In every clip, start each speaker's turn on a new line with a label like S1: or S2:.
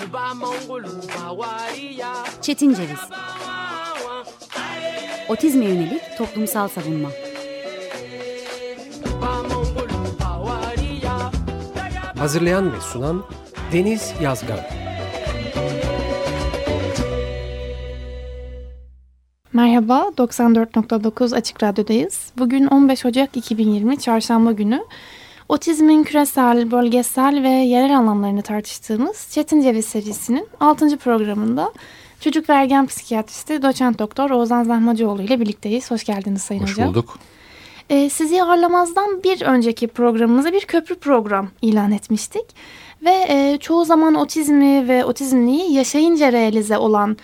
S1: Çetin Ceviz. Otizme yönelik toplumsal savunma.
S2: Hazırlayan ve sunan Deniz Yazgan.
S3: Merhaba, 94.9 Açık Radyo'dayız. Bugün 15 Ocak 2020 Çarşamba günü. Otizmin küresel, bölgesel ve yerel anlamlarını tartıştığımız Çetin Ceviz serisinin 6. programında çocuk ve ergen psikiyatristi Doçent Doktor Oğuzhan Zahmacıoğlu ile birlikteyiz. Hoş geldiniz Sayın Hocam.
S4: Hoş bulduk.
S3: Sizi ağırlamazdan bir önceki programımıza bir köprü program ilan etmiştik. Ve çoğu zaman otizmi ve otizmliği yaşayınca realize olan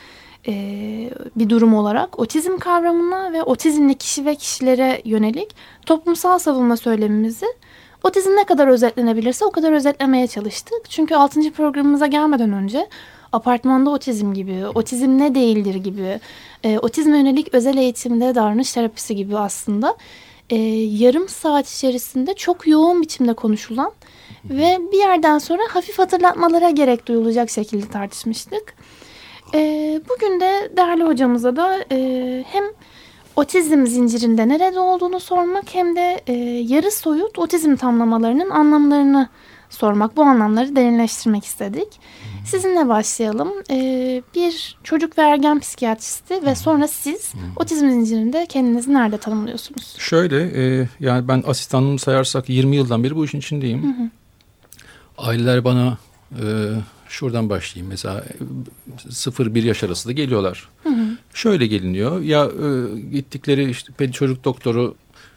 S3: bir durum olarak otizm kavramına ve otizmli kişi ve kişilere yönelik toplumsal savunma söylemimizi otizm ne kadar özetlenebilirse o kadar özetlemeye çalıştık. Çünkü 6. programımıza gelmeden önce apartmanda otizm gibi, otizm ne değildir gibi, otizme yönelik özel eğitimde davranış terapisi gibi aslında yarım saat içerisinde çok yoğun biçimde konuşulan ve bir yerden sonra hafif hatırlatmalara gerek duyulacak şekilde tartışmıştık. Bugün de değerli hocamıza da hem otizm zincirinde nerede olduğunu sormak hem de yarı soyut otizm tamlamalarının anlamlarını sormak, bu anlamları derinleştirmek istedik. Sizinle başlayalım. Bir çocuk ve ergen psikiyatristi ve sonra siz otizm zincirinde kendinizi nerede tanımlıyorsunuz?
S4: Şöyle, yani ben asistanlığımı sayarsak 20 yıldan beri bu işin içindeyim. Aileler bana şuradan başlayayım mesela 0-1 yaş arası da geliyorlar. Şöyle geliniyor ya, gittikleri işte çocuk doktoru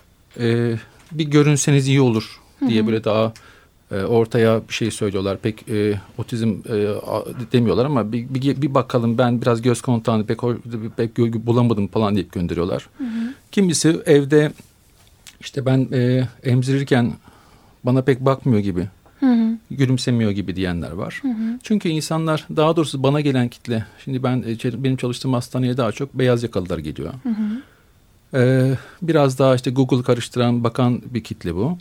S4: bir görünseniz iyi olur diye böyle daha ortaya bir şey söylüyorlar. Pek otizm demiyorlar ama bir bakalım, ben biraz göz kontağını pek bulamadım falan deyip gönderiyorlar. Kimisi evde işte ben emzirirken bana pek bakmıyor gibi, gülümsemiyor gibi diyenler var. Çünkü insanlar, daha doğrusu bana gelen kitle, şimdi benim çalıştığım hastaneye daha çok beyaz yakalılar geliyor. Biraz daha işte Google karıştıran, bakan bir kitle bu.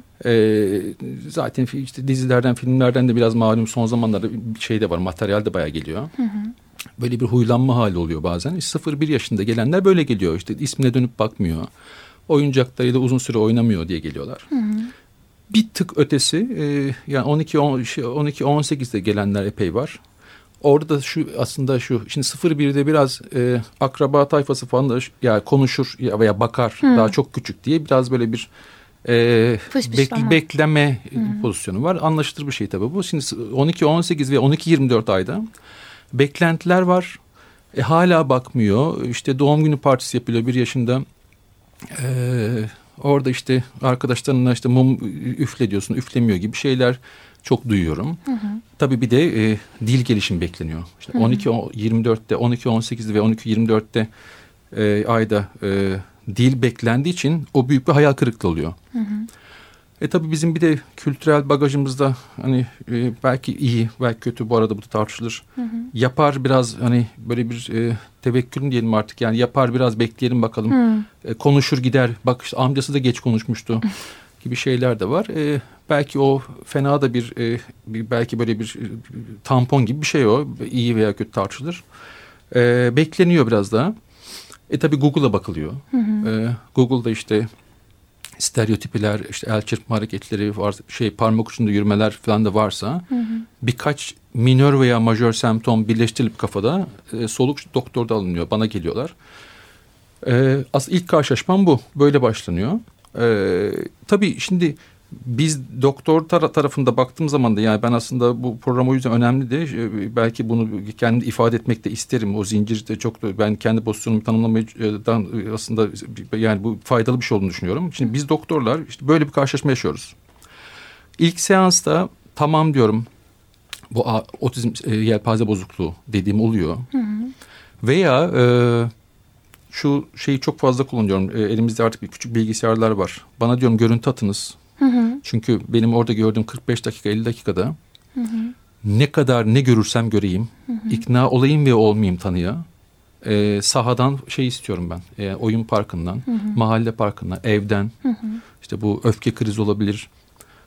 S4: Zaten işte dizilerden, filmlerden de biraz malum son zamanlarda bir şey de var, materyal de bayağı geliyor. Böyle bir huylanma hali oluyor bazen. 0-1 yaşında gelenler böyle geliyor. İşte ismine dönüp bakmıyor, oyuncaklarıyla uzun süre oynamıyor diye geliyorlar. Bir tık ötesi, yani 12-18'de gelenler epey var. Orada da aslında şu, şimdi 0-1'de biraz akraba tayfası falan da yani konuşur veya bakar, daha çok küçük diye biraz böyle bir bekleme pozisyonu var. Anlaşılır bir şey tabii bu. Şimdi 12-18 ve 12-24 ayda beklentiler var. Hala bakmıyor. İşte doğum günü partisi yapılıyor 1 yaşında. Orada işte arkadaşlarına işte mum üfle diyorsun, üflemiyor gibi şeyler çok duyuyorum. Tabii bir de dil gelişimi bekleniyor. İşte 12-24'te, 12-18'de ve 12-24'te ayda dil beklendiği için o büyük bir hayal kırıklığı oluyor. Tabii bizim bir de kültürel bagajımızda hani belki iyi, belki kötü, bu arada bu da tartışılır. Yapar biraz, hani böyle bir tevekkülün diyelim artık, yani yapar biraz, bekleyelim bakalım. Konuşur gider, bak işte amcası da geç konuşmuştu gibi şeyler de var. Belki o fena da bir belki böyle bir tampon gibi bir şey o. İyi veya kötü tartışılır. Bekleniyor biraz daha. Tabii Google'a bakılıyor. Google'da işte stereotipiler, işte el çırpma hareketleri var, parmak ucunda yürümeler falan da varsa, birkaç minör veya majör semptom birleştirilip kafada soluk doktorda alınıyor. Bana geliyorlar. Aslında ilk karşılaşmam bu. Böyle başlanıyor. Tabii şimdi biz doktor tarafında baktığım zaman da, yani ben aslında bu program o yüzden önemli de, belki bunu kendi ifade etmek de isterim. O zincirde çok da ben kendi pozisyonumu tanımlamadan aslında yani bu faydalı bir şey olduğunu düşünüyorum. Şimdi biz doktorlar işte böyle bir karşılaşma yaşıyoruz. İlk seansta tamam diyorum, bu otizm yelpaze bozukluğu dediğim oluyor. Veya şu şeyi çok fazla kullanıyorum. Elimizde artık bir küçük bilgisayarlar var. Bana diyorum görüntü atınız. Çünkü benim orada gördüğüm 45 dakika 50 dakikada ne kadar ne görürsem göreyim, ikna olayım ve olmayayım tanıya. Sahadan şey istiyorum ben. Oyun parkından, mahalle parkından, evden. İşte bu öfke krizi olabilir.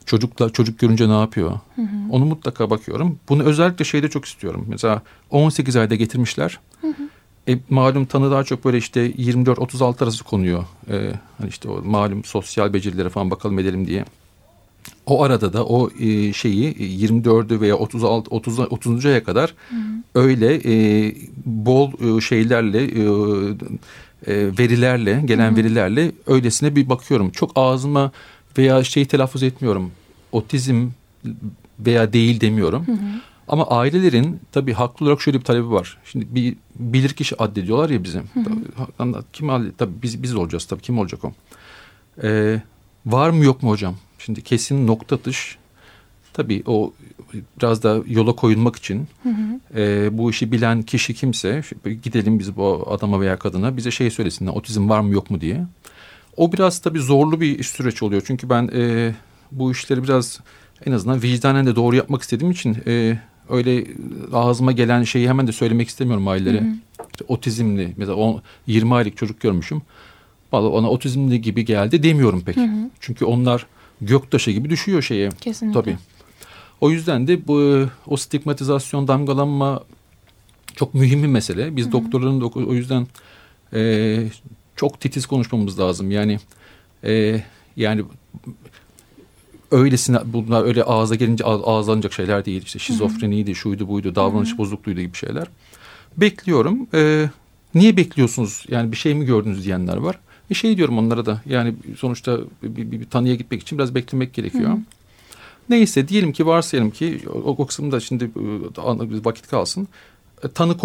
S4: Çocuk görünce ne yapıyor? Onu mutlaka bakıyorum. Bunu özellikle şeyde çok istiyorum. Mesela 18 ayda getirmişler. Malum tanı daha çok böyle işte 24-36 arası konuyor. Hani işte o malum sosyal becerilere falan bakalım edelim diye. O arada da o şeyi 24'ü veya 30. aya kadar öyle bol şeylerle verilerle gelen verilerle öylesine bir bakıyorum. Çok ağzıma veya şeyi telaffuz etmiyorum. Otizm veya değil demiyorum. Ama ailelerin tabii haklı olarak şöyle bir talebi var. Şimdi bir bilirkişi addediyorlar ya bizim. Kim tabii biz olacağız tabii, kim olacak o? Var mı yok mu hocam? Şimdi kesin nokta atış. Tabii o biraz da yola koyulmak için bu işi bilen kişi kimse gidelim biz bu adama veya kadına bize şey söylesinler, otizm var mı yok mu diye. O biraz tabii zorlu bir süreç oluyor. Çünkü ben bu işleri biraz en azından vicdanen de doğru yapmak istediğim için öyle ağzıma gelen şeyi hemen de söylemek istemiyorum ailelere. İşte otizmli mesela 20 aylık çocuk görmüşüm. Vallahi ona otizmli gibi geldi demiyorum pek. Çünkü onlar göktaşı gibi düşüyor şeye.
S3: Kesinlikle.
S4: Tabii. O yüzden de o stigmatizasyon, damgalanma çok mühim bir mesele. Biz doktorların da o yüzden çok titiz konuşmamız lazım. Yani öylesine bunlar öyle ağza gelince ağızlanacak şeyler değil. İşte şizofreniydi, şuydu buydu, davranış bozukluğuydu gibi şeyler. Bekliyorum. Niye bekliyorsunuz? Yani bir şey mi gördünüz diyenler var. Şey diyorum onlara da, yani sonuçta bir tanıya gitmek için biraz beklemek gerekiyor. Neyse, diyelim ki varsayalım ki o kısımda şimdi vakit kalsın. Tanı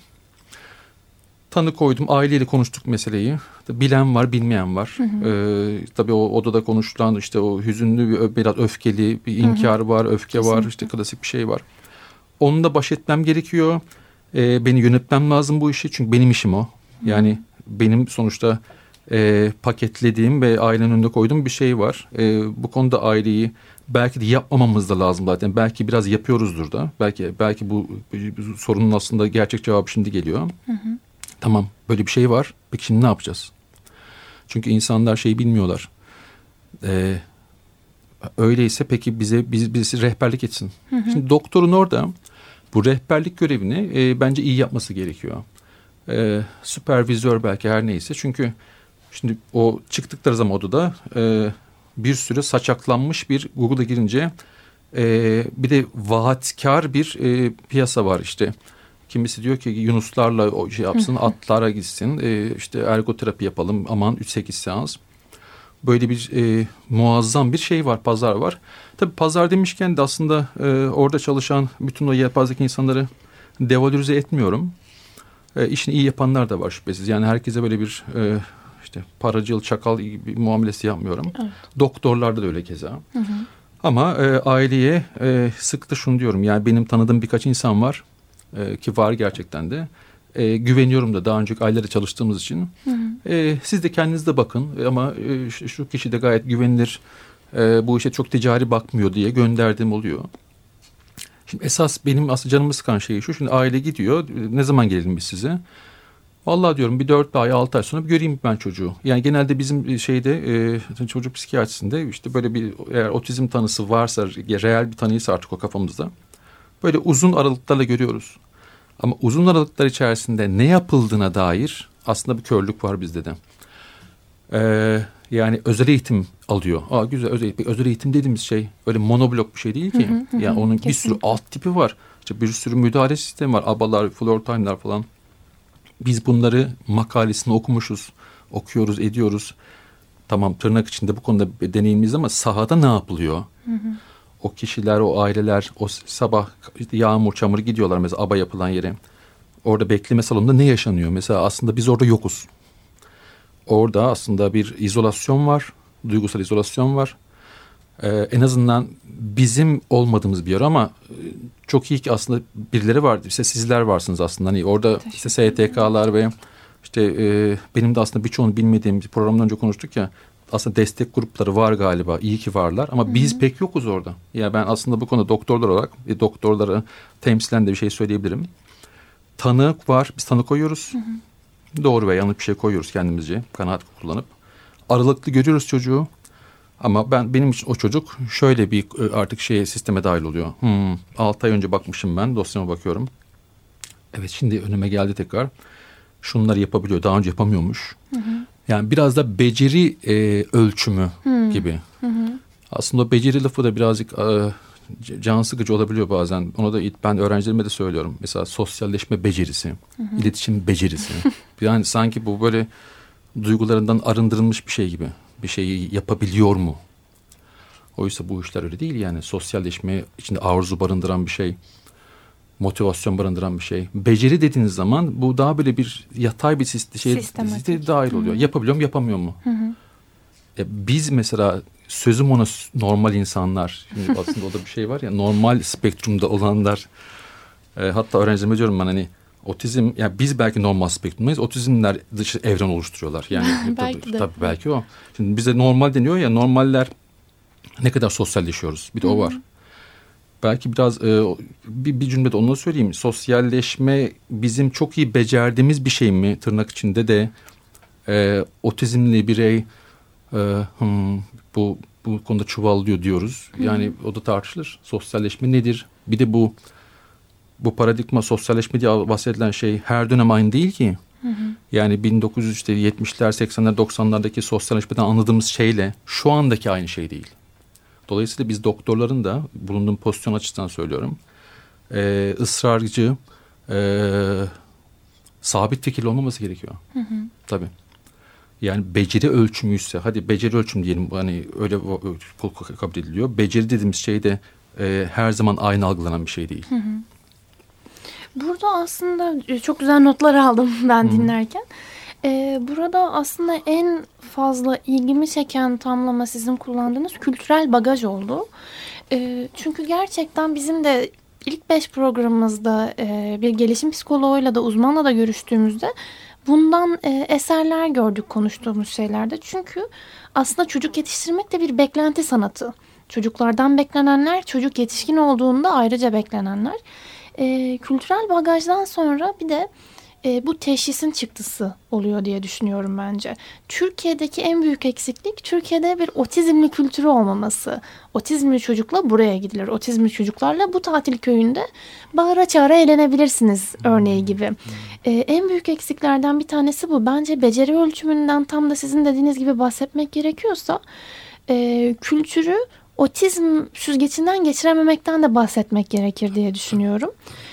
S4: koydum. Aileyle konuştuk meseleyi. Bilen var, bilmeyen var. Tabii o odada konuşulan işte o hüzünlü, biraz öfkeli bir inkar var, öfke Kesinlikle. Var, işte klasik bir şey var. Onunla baş etmem gerekiyor. Beni yönetmem lazım bu işi. Çünkü benim işim o. Yani benim sonuçta paketlediğim ve ailenin önünde koyduğum bir şey var. Bu konuda aileyi belki de yapmamamız da lazım zaten. Belki biraz yapıyoruzdur da. Belki bu sorunun aslında gerçek cevabı şimdi geliyor. Tamam, böyle bir şey var. Peki şimdi ne yapacağız? Çünkü insanlar şeyi bilmiyorlar. Öyleyse peki birisi rehberlik etsin. Şimdi doktorun orada bu rehberlik görevini bence iyi yapması gerekiyor. Süpervizör belki, her neyse. Çünkü şimdi o çıktıkları zaman odada bir sürü saçaklanmış bir Google'a girince bir de vaatkar bir piyasa var işte. Kimisi diyor ki yunuslarla o şey yapsın, atlara gitsin, işte ergoterapi yapalım, aman 3-8 seans. Böyle bir muazzam bir şey var, pazar var. Tabii pazar demişken de aslında orada çalışan bütün o yelpazedeki insanları devalorize etmiyorum. İşini iyi yapanlar da var şüphesiz. Yani herkese böyle bir işte paracıl, çakal gibi muamelesi yapmıyorum. Evet. Doktorlarda da öyle keza. Ama aileye sık da şunu diyorum. Yani benim tanıdığım birkaç insan var ki var gerçekten de. Güveniyorum da, daha önceki ailelere çalıştığımız için. Siz de kendiniz de bakın ama şu kişi de gayet güvenilir, bu işe çok ticari bakmıyor diye gönderdiğim oluyor. Şimdi esas benim aslında canımı sıkan şey şu. Şimdi aile gidiyor. Ne zaman gelelim biz size? Vallahi diyorum bir 4 ay 6 ay sonra bir göreyim ben çocuğu. Yani genelde bizim çocuk psikiyatrisinde işte böyle bir, eğer otizm tanısı varsa, reel bir tanıysa artık o kafamızda, böyle uzun aralıklarla görüyoruz. Ama uzun aralıklar içerisinde ne yapıldığına dair aslında bir körlük var bizde de. Yani özel eğitim alıyor. Güzel, özel eğitim dediğimiz şey öyle monoblok bir şey değil ki. Yani onun kesinlikle bir sürü alt tipi var. İşte bir sürü müdahale sistemi var. ABA'lar, floor time'lar falan. Biz bunları makalesini okumuşuz. Okuyoruz, ediyoruz. Tamam, tırnak içinde bu konuda deneyimimiz, ama sahada ne yapılıyor? O kişiler, o aileler, o sabah işte yağmur, çamur gidiyorlar mesela ABA yapılan yere. Orada bekleme salonunda ne yaşanıyor? Mesela aslında biz orada yokuz. Orada aslında bir izolasyon var. Duygusal izolasyon var. En azından bizim olmadığımız bir yer, ama çok iyi ki aslında birileri var. İşte sizler varsınız aslında. Hani orada işte STK'lar ve işte benim de aslında birçoğunu bilmediğim bir programdan önce konuştuk ya. Aslında destek grupları var galiba. İyi ki varlar ama biz pek yokuz orada. Yani ben aslında bu konuda doktorlar olarak doktorlara temsilen de bir şey söyleyebilirim. Tanı var. Biz tanı koyuyoruz. Doğru ve yanlış bir şey koyuyoruz kendimizce. Kanaat kullanıp. Aralıklı görüyoruz çocuğu. Ama benim için o çocuk şöyle bir artık sisteme dahil oluyor. 6 ay önce bakmışım, ben dosyama bakıyorum. Evet, şimdi önüme geldi tekrar. Şunları yapabiliyor, daha önce yapamıyormuş. Yani biraz da beceri ölçümü gibi. Aslında o beceri lafı da birazcık can sıkıcı olabiliyor bazen. Ona da ben öğrencilerime de söylüyorum. Mesela sosyalleşme becerisi, iletişim becerisi. Yani sanki bu böyle duygularından arındırılmış bir şey gibi. Bir şeyi yapabiliyor mu? Oysa bu işler öyle değil yani. Sosyalleşme içinde arzu barındıran bir şey. Motivasyon barındıran bir şey. Beceri dediğiniz zaman bu daha böyle bir yatay bir sistematik dahil oluyor. Yapabiliyor mu, yapamıyor mu? Biz mesela sözüm ona normal insanlar. Şimdi aslında o da bir şey var ya, normal spektrumda olanlar. Hatta öğrencilerime diyorum ben, hani otizm, yani biz belki normal spektrumdayız. Otizmler dışı evren oluşturuyorlar. Yani tabii belki o. Şimdi bize normal deniyor ya, normaller ne kadar sosyalleşiyoruz. Bir de o var. Belki biraz bir cümlede onu söyleyeyim. Sosyalleşme bizim çok iyi becerdiğimiz bir şey mi? Tırnak içinde de otizmli birey bu konuda çuvallıyor diyoruz. Yani o da tartışılır. Sosyalleşme nedir? Bir de bu paradigma, sosyalleşme diye bahsedilen şey her dönem aynı değil ki. Yani 1970'ler, 80'ler, 90'lardaki sosyalleşmeden anladığımız şeyle şu andaki aynı şey değil. Dolayısıyla biz doktorların da, bulunduğum pozisyon açısından söylüyorum, ısrarcı, sabit fikirli olmaması gerekiyor. Tabii. Yani beceri ölçümüyse, hadi beceri ölçüm diyelim, hani öyle kabul ediliyor. Beceri dediğimiz şey de her zaman aynı algılanan bir şey değil.
S3: Burada aslında çok güzel notlar aldım ben dinlerken. Burada aslında en fazla ilgimi çeken tamlama sizin kullandığınız kültürel bagaj oldu. Çünkü gerçekten bizim de ilk 5 programımızda bir gelişim psikoloğuyla da uzmanla da görüştüğümüzde bundan eserler gördük konuştuğumuz şeylerde. Çünkü aslında çocuk yetiştirmek de bir beklenti sanatı. Çocuklardan beklenenler, çocuk yetişkin olduğunda ayrıca beklenenler. Kültürel bagajdan sonra bir de bu teşhisin çıktısı oluyor diye düşünüyorum bence. Türkiye'deki en büyük eksiklik, Türkiye'de bir otizmli kültürü olmaması. Otizmli çocukla buraya gidilir. Otizmli çocuklarla bu tatil köyünde bağıra çağıra eğlenebilirsiniz örneği gibi. En büyük eksiklerden bir tanesi bu. Bence beceri ölçümünden tam da sizin dediğiniz gibi bahsetmek gerekiyorsa kültürü otizm süzgecinden geçirememekten de bahsetmek gerekir diye düşünüyorum.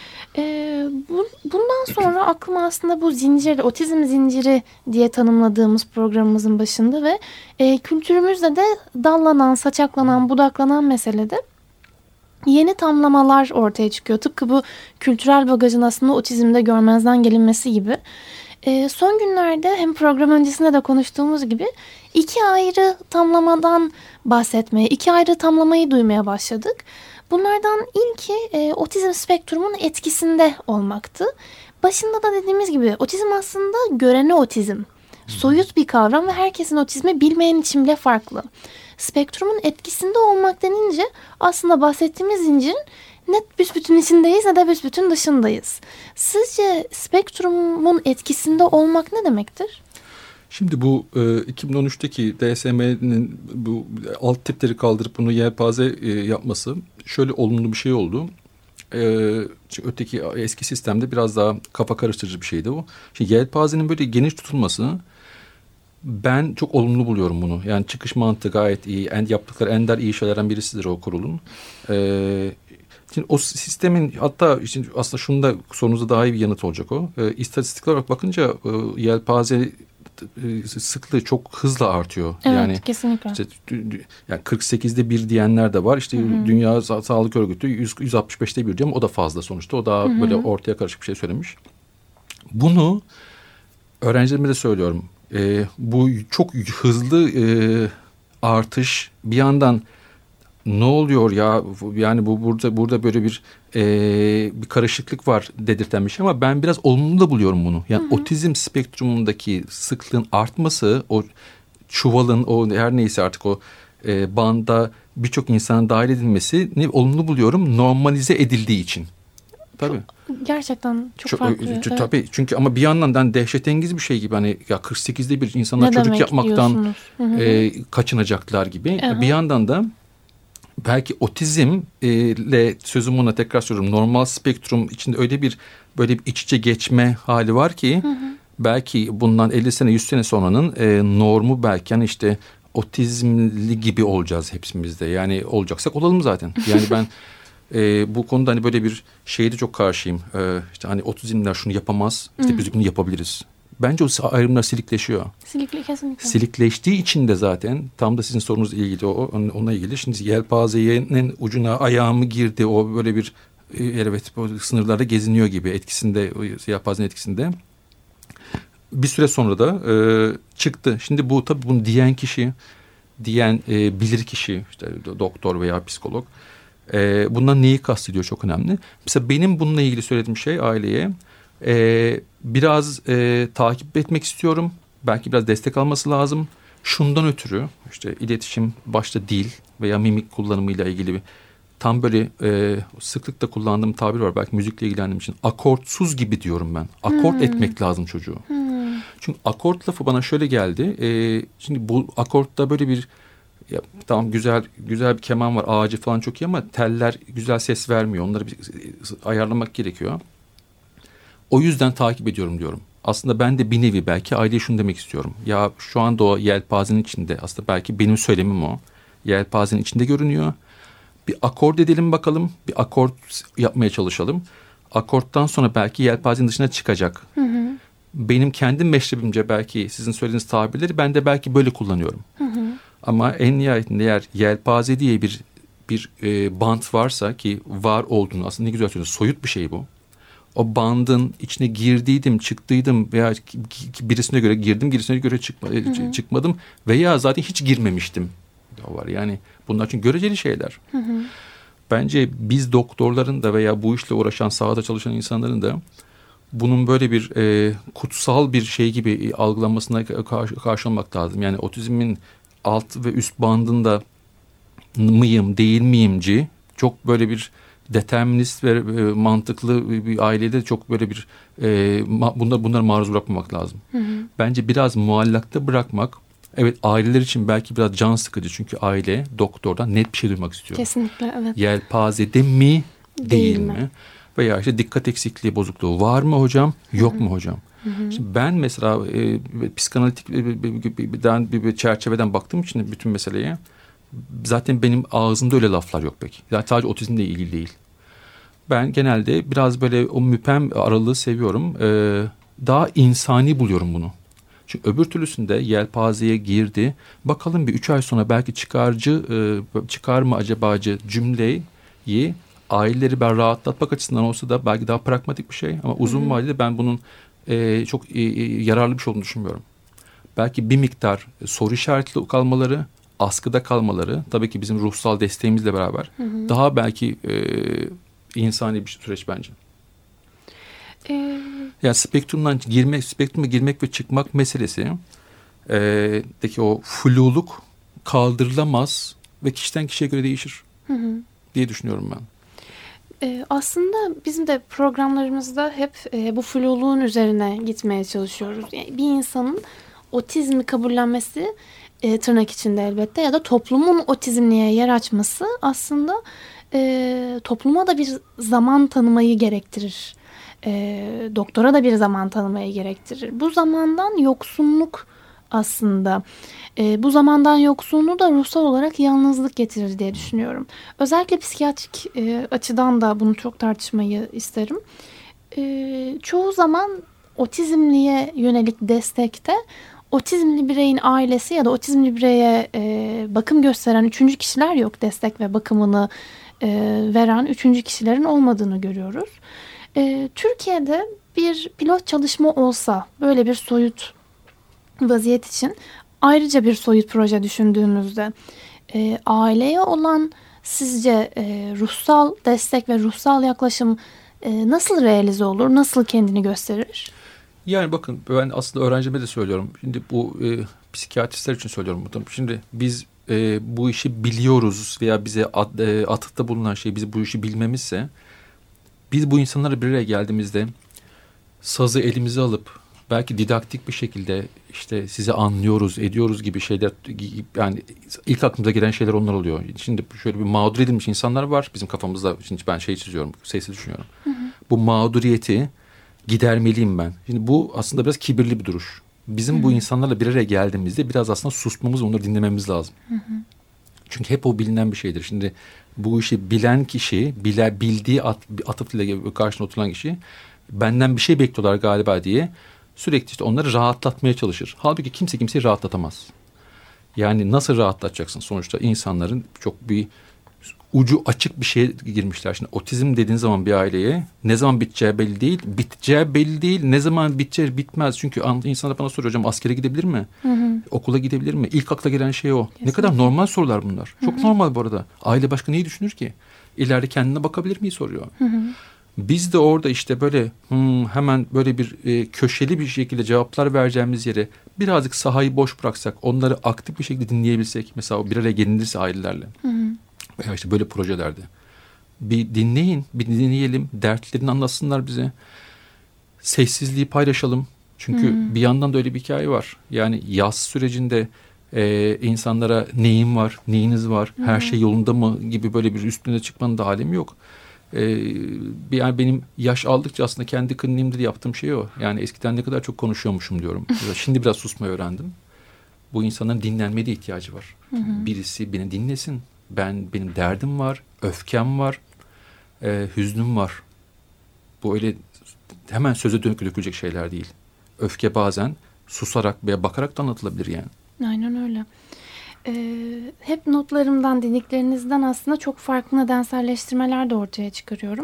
S3: Bundan sonra aklıma aslında bu zincir, otizm zinciri diye tanımladığımız programımızın başında ve kültürümüzde de dallanan, saçaklanan, budaklanan meselede yeni tamlamalar ortaya çıkıyor. Tıpkı bu kültürel bagajın aslında otizmde görmezden gelinmesi gibi. Son günlerde hem program öncesinde de konuştuğumuz gibi 2 ayrı tamlamadan bahsetmeye, 2 ayrı tamlamayı duymaya başladık. Bunlardan ilki otizm spektrumun etkisinde olmaktı. Başında da dediğimiz gibi otizm aslında görene otizm. Soyut bir kavram ve herkesin otizmi bilmeyen için bile farklı. Spektrumun etkisinde olmak denince aslında bahsettiğimiz zincirin ne büsbütün içindeyiz ne de büsbütün dışındayız. Sizce spektrumun etkisinde olmak ne demektir?
S4: Şimdi bu 2013'teki DSM'nin bu alt tipleri kaldırıp bunu yelpaze yapması şöyle olumlu bir şey oldu. Çünkü öteki eski sistemde biraz daha kafa karıştırıcı bir şeydi bu. Şimdi yelpazenin böyle geniş tutulması, ben çok olumlu buluyorum bunu. Yani çıkış mantığı gayet iyi. Yaptıkları ender iyi şeylerden birisidir o kurulun. Şimdi o sistemin, hatta şimdi aslında şunu da sorunuza daha iyi bir yanıt olacak o. İstatistikler olarak bakınca yelpaze sıklığı çok hızla artıyor.
S3: Evet,
S4: yani
S3: kesinlikle.
S4: Işte, yani 48'de 1 diyenler de var. İşte Dünya Sağlık Örgütü 165'te 1 diyor ama o da fazla sonuçta. O daha böyle ortaya karışık bir şey söylemiş. Bunu öğrencilerime de söylüyorum. Bu çok hızlı artış bir yandan ne oluyor ya, yani bu burada böyle bir karışıklık var dedirten bir şey ama ben biraz olumlu da buluyorum bunu. Yani otizm spektrumundaki sıklığın artması, o çuvalın, o her neyse artık o banda birçok insanın dahil edilmesini olumlu buluyorum, normalize edildiği için. Tabii.
S3: Gerçekten çok farklı.
S4: Tabii evet. Çünkü ama bir yandan dehşetengiz bir şey gibi hani ya 48'de bir insanlar
S3: ne
S4: çocuk yapmaktan kaçınacaklar gibi.
S3: Evet.
S4: Bir yandan da belki otizmle sözüm ona tekrar söylüyorum. Normal spektrum içinde öyle bir böyle bir iç içe geçme hali var ki belki bundan 50 sene 100 sene sonranın normu belki yani işte otizmli gibi olacağız hepsimizde. Yani olacaksak olalım zaten. Yani ben bu konuda hani böyle bir şeye de çok karşıyım. İşte hani otizmler şunu yapamaz. İşte biz bunu yapabiliriz. Bence o ayrımlar silikleşiyor.
S3: Kesinlikle.
S4: Silikleştiği için de zaten tam da sizin sorunuzla ilgili onunla ilgili. Şimdi yelpazenin ucuna ayağımı girdi. O böyle bir evet sınırlarda geziniyor gibi etkisinde yelpazenin etkisinde. Bir süre sonra da çıktı. Şimdi bu tabii bunu diyen kişi, bilir kişi işte doktor veya psikolog. Bundan neyi kastediyor çok önemli. Mesela benim bununla ilgili söylediğim şey aileye biraz takip etmek istiyorum. Belki biraz destek alması lazım. Şundan ötürü işte iletişim başta dil veya mimik kullanımıyla ilgili tam böyle sıklıkla kullandığım tabir var. Belki müzikle ilgilendiğim için akortsuz gibi diyorum ben. Akort etmek lazım çocuğu. Çünkü akort lafı bana şöyle geldi. Şimdi bu akortta böyle bir ya, tamam güzel bir keman var, ağacı falan çok iyi ama teller güzel ses vermiyor. Onları bir ayarlamak gerekiyor. O yüzden takip ediyorum diyorum. Aslında ben de bir nevi belki aileye şunu demek istiyorum. Ya şu anda o yelpazenin içinde aslında belki benim söylemim o. Yelpazenin içinde görünüyor. Bir akord edelim bakalım. Bir akord yapmaya çalışalım. Akorttan sonra belki yelpazenin dışına çıkacak. Benim kendi meşrebimce belki sizin söylediğiniz tabirleri ben de belki böyle kullanıyorum. Ama en nihayetinde eğer yelpaze diye bir bant varsa ki var olduğunu aslında ne güzel söylüyorsunuz. Soyut bir şey bu. O bandın içine girdiydim, çıktıydım veya birisine göre girdim, birisine göre çıkmadım veya zaten hiç girmemiştim. O var yani bunlar çünkü göreceli şeyler. Bence biz doktorların da veya bu işle uğraşan sahada çalışan insanların da bunun böyle bir kutsal bir şey gibi algılanmasına karşı olmak lazım. Yani otizmin alt ve üst bandında mıyım değil miyimci çok böyle bir determinist ve mantıklı bir ailede çok böyle bir bunları maruz bırakmamak lazım. Bence biraz muallakta bırakmak evet aileler için belki biraz can sıkıcı çünkü aile doktordan net bir şey duymak istiyor.
S3: Kesinlikle evet.
S4: Yelpazede mi değil mi? Veya işte dikkat eksikliği bozukluğu var mı hocam yok mu hocam? Şimdi ben mesela psikanalitik bir çerçeveden baktığım için bütün meseleye zaten benim ağzımda öyle laflar yok pek. Yani sadece otizmle ilgili değil. Ben genelde biraz böyle o müpem aralığı seviyorum. Daha insani buluyorum bunu. Çünkü öbür türlüsünde yelpazeye girdi. Bakalım bir 3 ay sonra belki çıkar mı acabacı cümleyi aileleri ben rahatlatmak açısından olsa da belki daha pragmatik bir şey. Ama uzun vadede ben bunun çok yararlı bir şey olduğunu düşünmüyorum. Belki bir miktar soru işaretli kalmaları, askıda kalmaları tabii ki bizim ruhsal desteğimizle beraber daha belki insani bir süreç bence. Yani spektruma girmek ve çıkmak meselesi deki o fluluk kaldırılamaz ve kişiden kişiye göre değişir diye düşünüyorum ben.
S3: Aslında bizim de programlarımızda hep bu fluluğun üzerine gitmeye çalışıyoruz. Yani bir insanın otizmi kabullenmesi tırnak içinde elbette ya da toplumun otizmliğe yer açması aslında topluma da bir zaman tanımayı gerektirir. Doktora da bir zaman tanımayı gerektirir. Bu zamandan yoksunluk aslında. Bu zamandan yoksunluğu da ruhsal olarak yalnızlık getirir diye düşünüyorum. Özellikle psikiyatrik açıdan da bunu çok tartışmayı isterim. Çoğu zaman otizmliye yönelik destekte otizmli bireyin ailesi ya da otizmli bireye bakım gösteren üçüncü kişiler yok. Destek ve bakımını veren üçüncü kişilerin olmadığını görüyoruz. Türkiye'de bir pilot çalışma olsa böyle bir soyut vaziyet için ayrıca bir soyut proje düşündüğümüzde aileye olan sizce ruhsal destek ve ruhsal yaklaşım nasıl realize olur? Nasıl kendini gösterir?
S4: Yani bakın ben aslında öğrencime de söylüyorum. Şimdi bu psikiyatristler için söylüyorum bunu. Şimdi biz bu işi biliyoruz veya bize atıfta bulunan şey biz bu işi bilmemizse biz bu insanlara bir araya geldiğimizde sazı elimize alıp belki didaktik bir şekilde işte sizi anlıyoruz, ediyoruz gibi şeyler, yani ilk aklımıza gelen şeyler onlar oluyor. Şimdi şöyle bir mağdur edilmiş insanlar var bizim kafamızda. Şimdi ben şey çiziyorum, sesi düşünüyorum. Bu mağduriyeti gidermeliyim ben. Şimdi bu aslında biraz kibirli bir duruş. Bizim bu insanlarla bir araya geldiğimizde biraz aslında susmamız, onları dinlememiz lazım. Çünkü hep o bilinen bir şeydir. Şimdi bu işi bilen kişi, bildiği atıfıyla karşına oturan kişi benden bir şey bekliyorlar galiba diye sürekli işte onları rahatlatmaya çalışır. Halbuki kimse kimseyi rahatlatamaz. Yani nasıl rahatlatacaksın? Sonuçta insanların çok bir ucu açık bir şeye girmişler. Şimdi otizm dediğin zaman bir aileye ne zaman biteceği belli değil. Biteceği belli değil. Ne zaman biteceği bitmez. Çünkü insanlar bana soruyor, hocam askere gidebilir mi? Okula gidebilir mi? İlk akla gelen şey o. Kesinlikle. Ne kadar normal sorular bunlar. Çok normal bu arada. Aile başka neyi düşünür ki? İleride kendine bakabilir miyi soruyor. Biz de orada işte böyle hemen böyle bir köşeli bir şekilde cevaplar vereceğimiz yere birazcık sahayı boş bıraksak, onları aktif bir şekilde dinleyebilsek, mesela bir araya gelinirse ailelerle veya işte böyle projelerde bir dinleyin, bir dinleyelim, dertlerini anlatsınlar bize, sessizliği paylaşalım. Çünkü bir yandan da öyle bir hikaye var. Yani yaz sürecinde insanlara neyim var, neyiniz var, her şey yolunda mı gibi böyle bir üstüne çıkmanın da alemi yok. Yani benim yaş aldıkça aslında kendi kliniğimde de yaptığım şey o. Yani eskiden ne kadar çok konuşuyormuşum diyorum. Şimdi biraz susmayı öğrendim. Bu insanların dinlenmeye de ihtiyacı var. Birisi beni dinlesin. Benim derdim var, öfkem var, hüznüm var. Bu öyle hemen söze dökülecek şeyler değil. Öfke bazen susarak veya bakarak da anlatılabilir yani.
S3: Aynen öyle. Hep notlarımdan, dinliklerinizden aslında çok farklı nedenselleştirmeler de ortaya çıkarıyorum.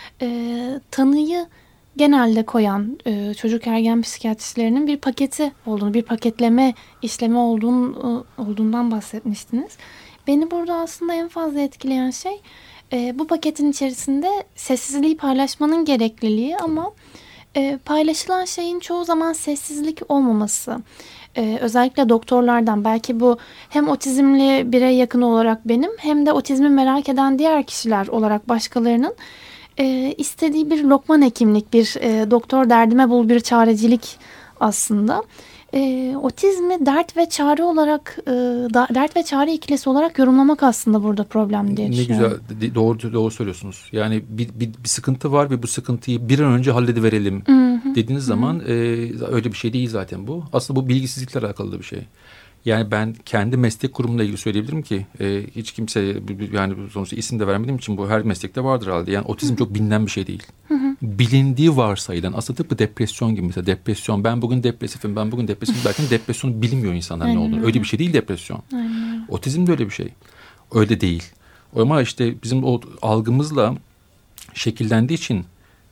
S3: Tanıyı genelde koyan çocuk ergen psikiyatristlerinin bir paketi olduğunu, bir paketleme işlemi olduğundan bahsetmiştiniz. Beni burada aslında en fazla etkileyen şey bu paketin içerisinde sessizliği paylaşmanın gerekliliği ama paylaşılan şeyin çoğu zaman sessizlik olmaması. Özellikle doktorlardan, belki bu hem otizmli birey yakını olarak benim hem de otizmi merak eden diğer kişiler olarak başkalarının istediği bir lokman hekimlik, bir doktor derdime bul bir çarecilik aslında. Otizmi dert ve çare olarak, dert ve çare ikilisi olarak yorumlamak aslında burada problem diye düşünüyorum.
S4: Ne güzel, doğru söylüyorsunuz. Yani bir sıkıntı var ve bu sıkıntıyı bir an önce hallediverelim dediğiniz zaman öyle bir şey değil zaten bu. Aslında bu bilgisizlikle alakalı da bir şey. Yani ben kendi meslek grubumla ilgili söyleyebilirim ki hiç kimse, yani sonuçta isim de vermediğim için bu her meslekte vardır herhalde. Yani otizm çok bilinen bir şey değil. Bilindiği varsayılan, aslında tıpkı depresyon gibi, mesela depresyon, ben bugün depresifim derken depresyonu bilmiyor insanlar ne olduğunu. Öyle bir şey değil depresyon. Otizm de öyle bir şey. Öyle değil. Ama işte bizim o algımızla şekillendiği için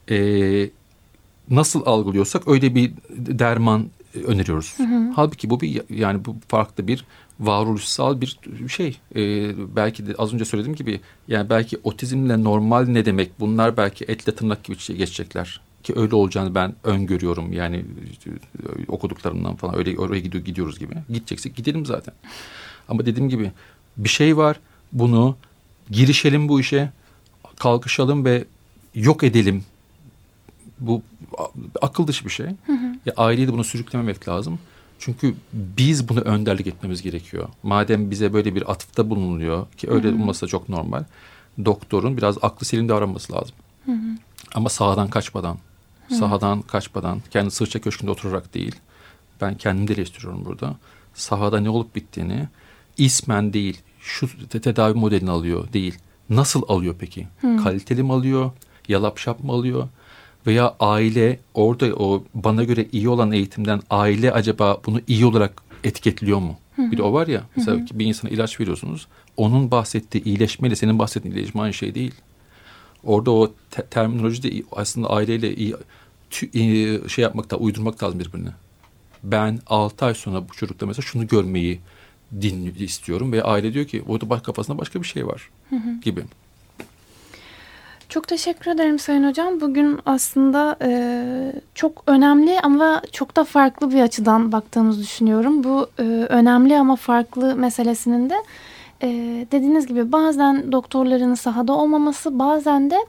S4: nasıl algılıyorsak öyle bir derman öneriyoruz. Halbuki bu bu farklı bir varoluşsal bir şey. Belki de az önce söylediğim gibi, yani belki otizmle normal ne demek? Bunlar belki etle tırnak gibi geçecekler. Ki öyle olacağını ben öngörüyorum. Yani okuduklarımdan falan öyle oraya gidiyoruz gibi. Gideceksek gidelim zaten. Ama dediğim gibi bir şey var. Bunu girişelim bu işe. Kalkışalım ve yok edelim. Bu akıl dışı bir şey. Ya aileyi de bunu sürüklememek lazım. Çünkü biz bunu önderlik etmemiz gerekiyor. Madem bize böyle bir atıfta bulunuyor ki öyle olması da çok normal. Doktorun biraz aklı selim davranması lazım. Ama sahadan kaçmadan, kendi sırça köşkünde oturarak değil. Ben kendim de eleştiriyorum burada. Sahada ne olup bittiğini ismen değil, şu tedavi modelini alıyor değil. Nasıl alıyor peki? Kaliteli mi alıyor? Yalap şap mı alıyor? Veya aile orada o bana göre iyi olan eğitimden aile acaba bunu iyi olarak etiketliyor mu? Bir de o var ya, mesela bir insana ilaç veriyorsunuz. Onun bahsettiği iyileşmeyle senin bahsettiğin iyileşme aynı şey değil. Orada o terminoloji de aslında aileyle şey yapmakta, uydurmak lazım birbirine. Ben 6 ay sonra bu çocukta mesela şunu görmeyi istiyorum ve aile diyor ki orada kafasında başka bir şey var gibi.
S3: Çok teşekkür ederim Sayın Hocam. Bugün aslında çok önemli ama çok da farklı bir açıdan baktığımızı düşünüyorum. Bu önemli ama farklı meselesinin de dediğiniz gibi bazen doktorların sahada olmaması, bazen de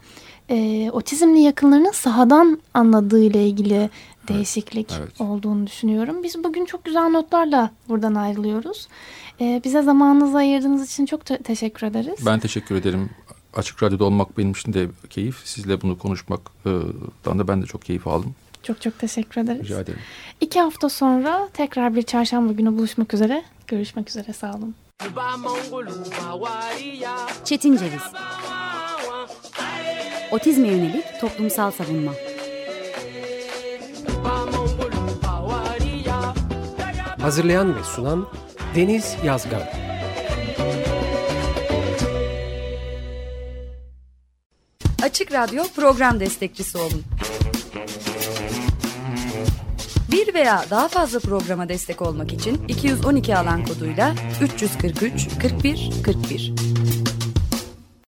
S3: otizmli yakınlarının sahadan anladığı ile ilgili değişiklik olduğunu düşünüyorum. Biz bugün çok güzel notlarla buradan ayrılıyoruz. Bize zamanınızı ayırdığınız için çok teşekkür ederiz.
S4: Ben teşekkür ederim. Açık Radyo'da olmak benim için de keyif. Sizle bunu konuşmaktan da ben de çok keyif aldım.
S3: Çok çok teşekkür ederiz.
S4: Rica ederim.
S3: 2 hafta sonra tekrar bir çarşamba günü buluşmak üzere. Görüşmek üzere, sağ olun.
S1: Çetin Ceviz. Otizme yönelik toplumsal savunma.
S2: Hazırlayan ve sunan Deniz Yazgan.
S5: Açık Radyo program destekçisi olun. Bir veya daha fazla programa destek olmak için 212 alan koduyla 343 41 41.